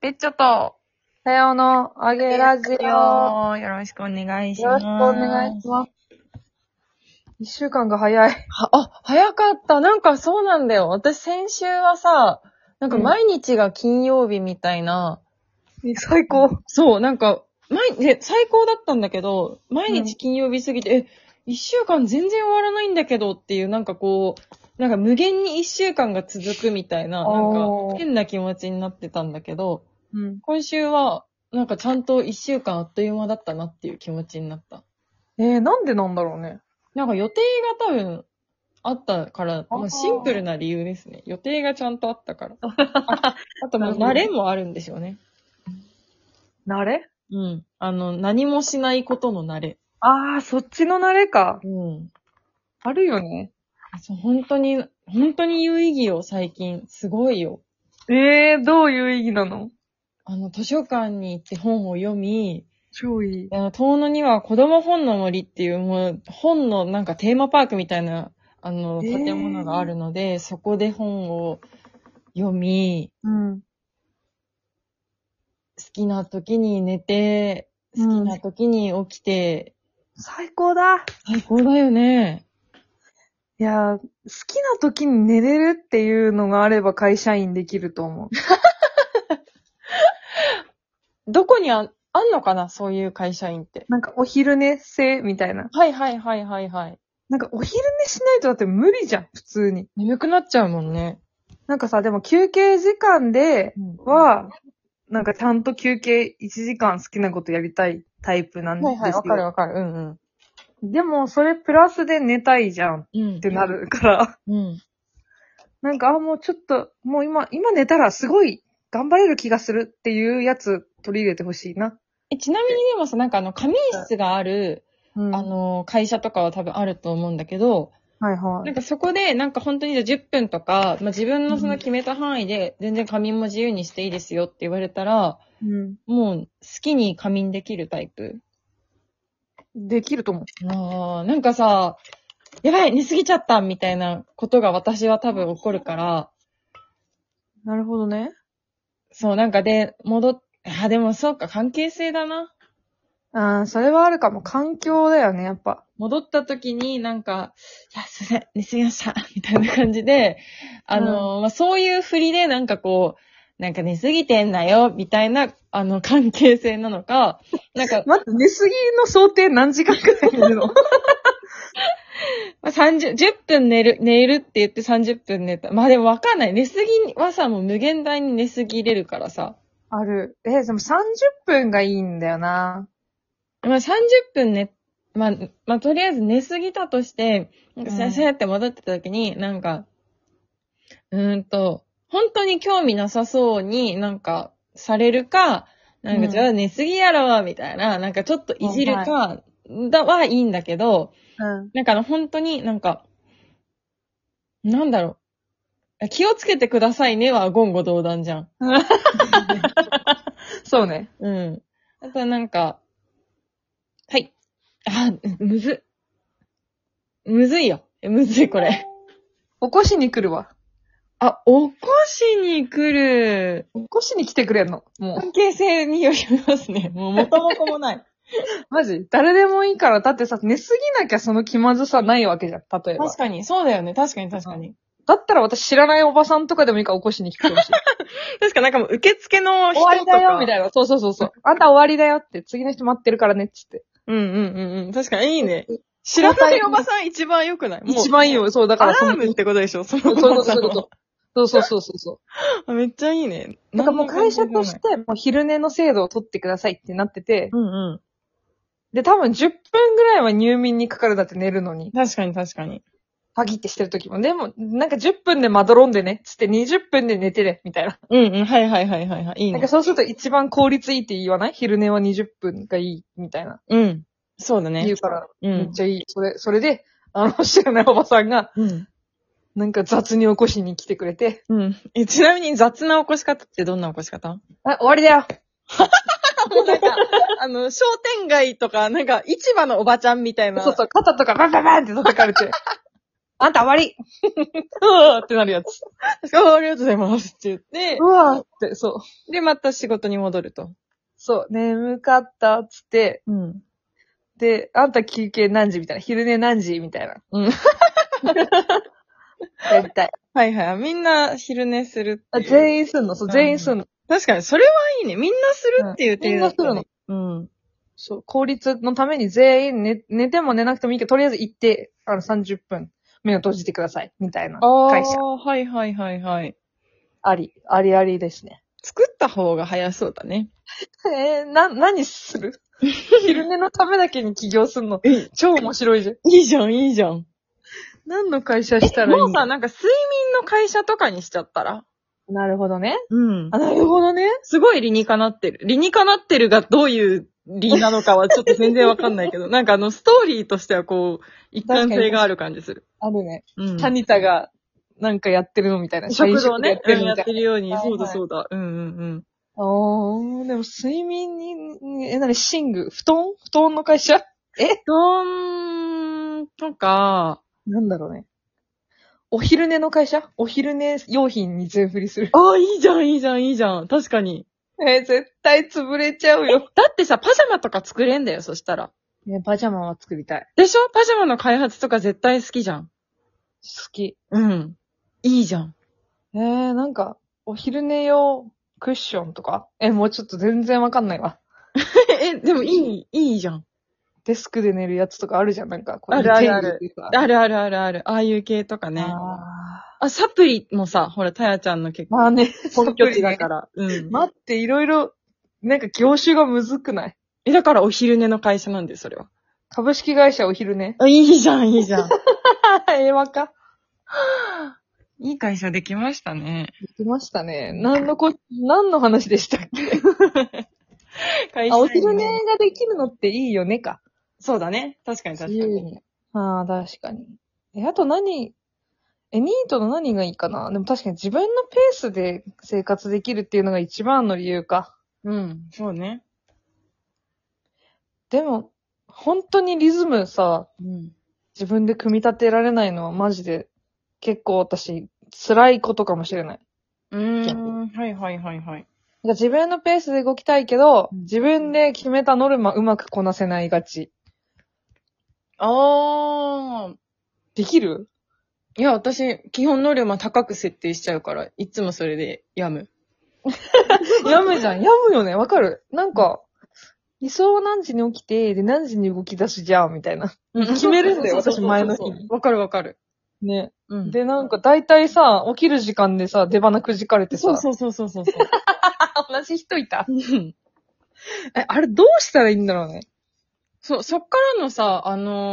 ペッチョと、 さよのあげラジオ。 よろしくお願いしよます。 ろしくお願いします。一週間が早い。 早かった。なんかそうなんだよ。私先週はさ、なんか毎日が金曜日みたいな。 最高。 そう、なんか、最高だったんだけど、毎日金曜日過ぎて、一週間全然終わらないんだけどっていう、なんかこう、なんか無限に一週間が続くみたいな、なんか変な気持ちになってたんだけど、今週は、なんかちゃんと一週間あっという間だったなっていう気持ちになった。 なんでなんだろうね。 なんか予定が多分あったから、まあ、シンプルな理由ですね。予定がちゃんとあったから。あともう慣れもあるんでしょうね。 慣れ？ うん。何もしないことの慣れ。 ああ、そっちの慣れか。 うん。 あるよね。 そう、本当に有意義よ、最近。すごいよ。 どういう意義なの？ 図書館に行って本を読み、 超いい。 遠野には子供本の森っていうもう本のなんかテーマパークみたいな建物があるので、そこで本を読み、好きな時に寝て、好きな時に起きて、 最高だ。 最高だよね。 いや、好きな時に寝れるっていうのがあれば会社員できると思う。 どこにあんのかな、そういう会社員って。 なんかお昼寝制みたいな。 はいはいはいはいはい。 なんかお昼寝しないとだって無理じゃん、普通に。 眠くなっちゃうもんね。 なんかさ、でも休憩時間では、なんかちゃんと休憩1時間好きなことやりたいタイプなんですよ。 はいはい、わかるわかる。うんうん。でも、それプラスで寝たいじゃんってなるから。なんか、もうちょっと、もう今寝たらすごい頑張れる気がするっていうやつ取り入れてほしいな。 ちなみにでもさ、なんか仮眠室がある、会社とかは多分あると思うんだけど、 はいはい。 なんかそこで、なんか本当に10分とか、まあ、自分のその決めた範囲で、全然仮眠も自由にしていいですよって言われたら、もう好きに仮眠できるタイプ。 できると思う。 なんかさ、やばい寝すぎちゃったみたいなことが私は多分起こるから。 なるほどね。 そう、なんかで、でもそうか、関係性だな。 それはあるかも。環境だよね、やっぱ。 戻った時になんか、いや、すいません、寝すぎました、みたいな感じで、まあ、そういう振りでなんかこう、なんか寝すぎてんなよ、みたいな、関係性なのか、なんか、 待って、寝すぎの想定何時間くらい寝るのまあ、10分寝るって言って30分寝た。まあでもわかんない。寝すぎはさ、もう無限大に寝すぎれるからさ。 ある。でも30分がいいんだよな。 まあ30分まあとりあえず寝すぎたとして、なんか先生って戻ってた時に、なんか、本当に興味なさそうになんかされるか、なんかじゃあ寝すぎやろ、みたいな、なんかちょっといじるか、はいいんだけど、なんか本当になんか、なんだろう。気をつけてくださいねは言語道断じゃん。 そうね。 あとなんか、はい。むずいよ。むずいこれ。 起こしに来るわ。 起こしに来る。 起こしに来てくれんのもう。 関係性によりますね。もう元も子もない。 マジ誰でもいいから、だってさ、寝すぎなきゃその気まずさないわけじゃん、例えば。 確かに、そうだよね。確かに。 だったら私知らないおばさんとかでもいいから起こしに来てほしい。 確かなんかもう受付の人とか。 終わりだよみたいな。そう。あんた終わりだよって、次の人待ってるからねっつって。 確かにいいね。知らないおばさん一番良くない？ 一番いいよ。そう、だからアラームってことでしょ？そうそう。めっちゃいいね。 なんかもう会社として、もう昼寝の制度を取ってくださいってなってて。で、多分10分ぐらいは入眠にかかるだって寝るのに。 確かに。 パギってしてる時も。でも、なんか10分でまどろんでね、つって20分で寝てね、みたいな。 はい。いいね。 なんかそうすると一番効率いいって言わない？昼寝は20分がいい、みたいな。 そうだね。 言うから、めっちゃいい。それで、知らないおばさんが、なんか雑に起こしに来てくれて。 ちなみに雑な起こし方ってどんな起こし方？ 終わりだよ。 もうなんか、商店街とか、なんか、市場のおばちゃんみたいな。 そう、肩とかバンバンバンって叩かれて。 あんた終わりうわーってなるやつ。ありがとうございますって言って、 うわーって、そう。 で、また仕事に戻ると。 そう、眠かったっつって、 うん。 で、あんた休憩何時みたいな。昼寝何時みたいな。 うん。 やりたい。 はいはい。みんな昼寝するっていう。 全員すんの。そう、全員すんの。 確かに、それはいいね。みんなするっていうみんなするの。 うん。 そう、効率のために全員寝ても寝なくてもいいけど、とりあえず行って、30分、目を閉じてください。みたいな会社。 はいはいはいはい。 ありですね。 作った方が早そうだね。 何する昼寝のためだけに起業すんの。超面白いじゃん。 いいじゃん、いいじゃん。 何の会社したらいいの？ もうさ、なんか睡眠の会社とかにしちゃったら。 なるほどね。 うん。 なるほどね。 すごい理にかなってる。理にかなってるがどういう理なのかはちょっと全然わかんないけど、なんかストーリーとしてはこう、一貫性がある感じする。 あるね。 うん。 タニタが、なんかやってるのみたいな。 食堂ね。やってやってるみたいな。 るように、そうだはいはいそうだ。うんうんうん。 でも睡眠に、何、寝具布団の会社とか、 なんだろうね。お昼寝の会社お昼寝用品に全振りする。 いいじゃん、いいじゃん、いいじゃん。確かに。 絶対潰れちゃうよ。 だってさ、パジャマとか作れんだよ、そしたら。 ね、パジャマは作りたい。 でしょ？パジャマの開発とか絶対好きじゃん。 好き。 うん。いいじゃん。 なんか、お昼寝用クッションとかもうちょっと全然わかんないわ。 でもいいじゃん。 デスクで寝るやつとかあるじゃん、なんか。 あるあるある。ある。 るある。ああいう系とかね。 あ、 サプリもさ、ほら、たやちゃんの結構。 まあね、 本拠地だから。うん。 待って、いろいろ、なんか業種がむずくない？ だからお昼寝の会社なんだよ、それは。 株式会社お昼寝。 いいじゃん、いいじゃん。 平和か。 いい会社できましたね。 できましたね。何の話でしたっけ？お昼寝ができるのっていいよねか。 そうだね。確かに確かに。 確かに。あとニートの何がいいかな。でも確かに自分のペースで生活できるっていうのが一番の理由か。 うん、そうね。 でも、本当にリズムさ、 うん。 自分で組み立てられないのはマジで結構私辛いことかもしれない。 はいはいはいはい。 自分のペースで動きたいけど、自分で決めたノルマうまくこなせないがち。できる？ いや、私、基本ノルマ高く設定しちゃうから、いつもそれで病む。 病むじゃん。病むよね。わかる。なんか、理想は何時に起きて、で、何時に動き出すじゃん、みたいな。決めるんだよ、私前の日に。 わかるわかる。 ね。 うん。 で、なんか、大体さ、起きる時間でさ、出花くじかれてさ。 そう。 同じ人いた。あれどうしたらいいんだろうね。 そっからのさ、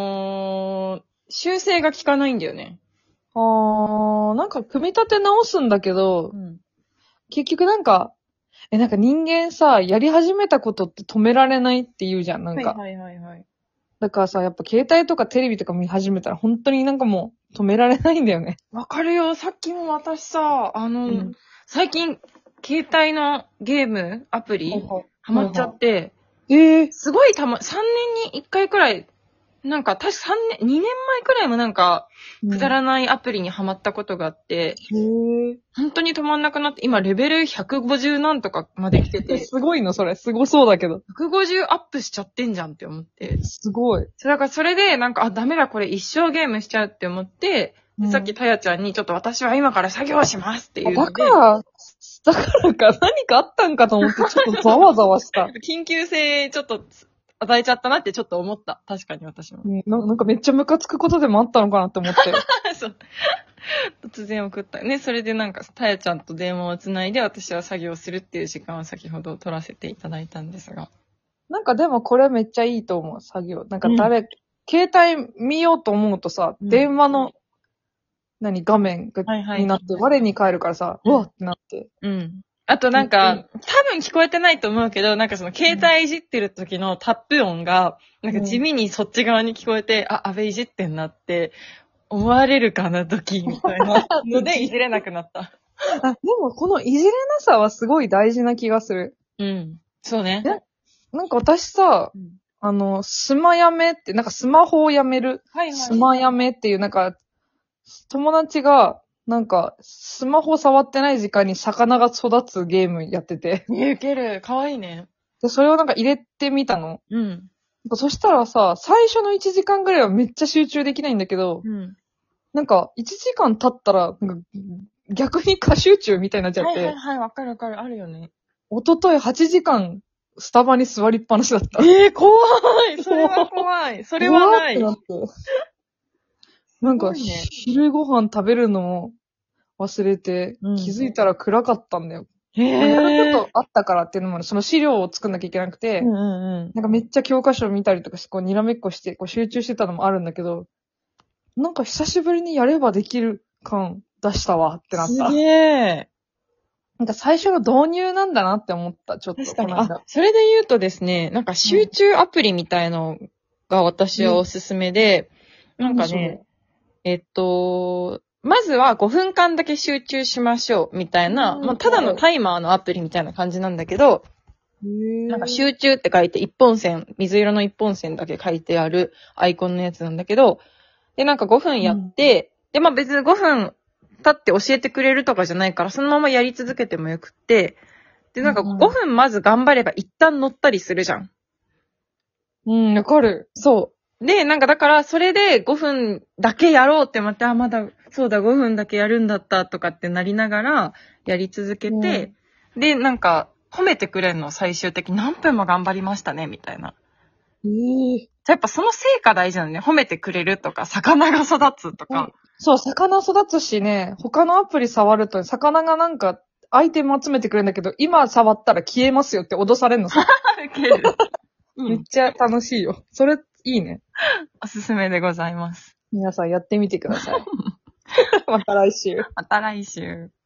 修正が効かないんだよね。 なんか、組み立て直すんだけど、結局なんか人間さ、やり始めたことって止められないって言うじゃん、なんか。 はい。 だからさ、やっぱ携帯とかテレビとか見始めたら本当になんかもう止められないんだよね。 わかるよ。さっきも私さ、最近、携帯のゲーム、アプリ、ハマっちゃって、すごい3年に1回くらい、なんか、確か2年前くらいもなんか、くだらないアプリにハマったことがあって、本当に止まんなくなって、今レベル150なんとかまで来てて。 すごいのそれ。すごそうだけど。 150アップしちゃってんじゃんって思って。 すごい。 だからそれで、なんか、ダメだ、これ一生ゲームしちゃうって思って、さっきたやちゃんにちょっと私は今から作業しますっていうので。 だからか、何かあったんかと思ってちょっとざわざわした。 緊急性ちょっと与えちゃったなってちょっと思った。確かに私も。 なんかめっちゃムカつくことでもあったのかなって思って。 そう。突然送ったね。それでなんか、たやちゃんと電話をつないで私は作業するっていう時間を先ほど取らせていただいたんですが。なんかでもこれめっちゃいいと思う、作業。なんか携帯見ようと思うとさ、電話の、画面になって、我に返るからさ、うわってなって。 あとなんか、多分聞こえてないと思うけど、なんかその携帯いじってる時のタップ音が、なんか地味にそっち側に聞こえて、安倍いじってんなって、思われるかな時みたいなのでいじれなくなった。 でもこのいじれなさはすごい大事な気がする。 そうね。 なんか私さ、スマやめって、なんかスマホをやめる。スマやめっていうなんか、 友達が、なんか、スマホ触ってない時間に魚が育つゲームやってて。 ウケる。かわいいね。 で、それをなんか入れてみたの。 うん。 そしたらさ、最初の1時間ぐらいはめっちゃ集中できないんだけど、 うん。 なんか、1時間経ったら、なんか逆に過集中みたいになっちゃって、 はいはいはい、わかるわかる。あるよね。 一昨日8時間、スタバに座りっぱなしだった。 怖い。それは怖い。それはない。 うわーってなって。なんか、 すごいね昼ご飯食べるのも忘れて、 うん気づいたら暗かったんだよ。 へまあやるえ。 ことあったからっていうのもある、その資料を作んなきゃいけなくて、 うんうんなんかめっちゃ教科書見たりとかして、こうにらめっこして、こう集中してたのもあるんだけど、なんか久しぶりにやればできる感出したわってなった。 すげえ。 なんか最初の導入なんだなって思った、ちょっと。 確かに。 この間それで言うとですね、なんか集中アプリみたいのが私はおすすめで、なんかね、まずは5分間だけ集中しましょうみたいな、もうただのタイマーのアプリみたいな感じなんだけど、なんか集中って書いて一本線、水色の一本線だけ書いてあるアイコンのやつなんだけど、で、なんか5分やって、で、まあ別に5分経って教えてくれるとかじゃないから、そのままやり続けてもよくって、で、なんか5分まず頑張れば一旦乗ったりするじゃん。 わかる。 そう。で、なんかだから、それで5分だけやろうって思って、まだ、そうだ、5分だけやるんだったとかってなりながら、やり続けて、で、なんか、褒めてくれんの、最終的に何分も頑張りましたね、みたいな。やっぱその成果大事なのね。褒めてくれるとか、魚が育つとか。 そう、魚育つしね、他のアプリ触ると、魚がなんか、アイテム集めてくれるんだけど、今触ったら消えますよって脅されるのさ。めっちゃ楽しいよ。それ、いいね。 おすすめでございます。 皆さんやってみてください。また来週。 また来週。